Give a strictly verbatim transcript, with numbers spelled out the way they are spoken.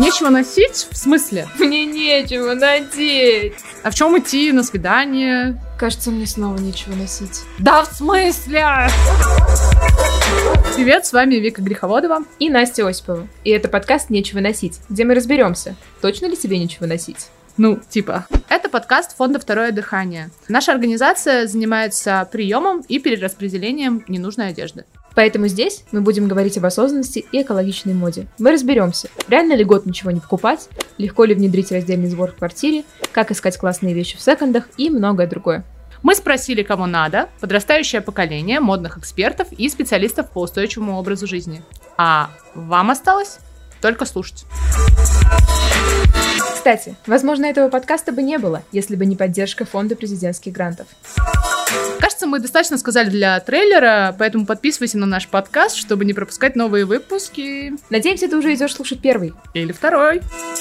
Нечего носить? В смысле? Мне нечего надеть. А в чем идти на свидание? Кажется, мне снова нечего носить. Да в смысле? Привет, с вами Вика Греховодова и Настя Осипова. И это подкаст «Нечего носить», где мы разберемся, точно ли тебе нечего носить. Ну, типа. Это подкаст фонда «Второе дыхание». Наша организация занимается приемом и перераспределением ненужной одежды. Поэтому здесь мы будем говорить об осознанности и экологичной моде. Мы разберемся, реально ли год ничего не покупать, легко ли внедрить раздельный сбор в квартире, как искать классные вещи в секондах и многое другое. Мы спросили, кому надо, подрастающее поколение, модных экспертов и специалистов по устойчивому образу жизни. А вам осталось только слушать. Кстати, возможно, этого подкаста бы не было, если бы не поддержка фонда президентских грантов. Кажется, мы достаточно сказали для трейлера, поэтому подписывайся на наш подкаст, чтобы не пропускать новые выпуски. Надеемся, ты уже идешь слушать первый. Или второй.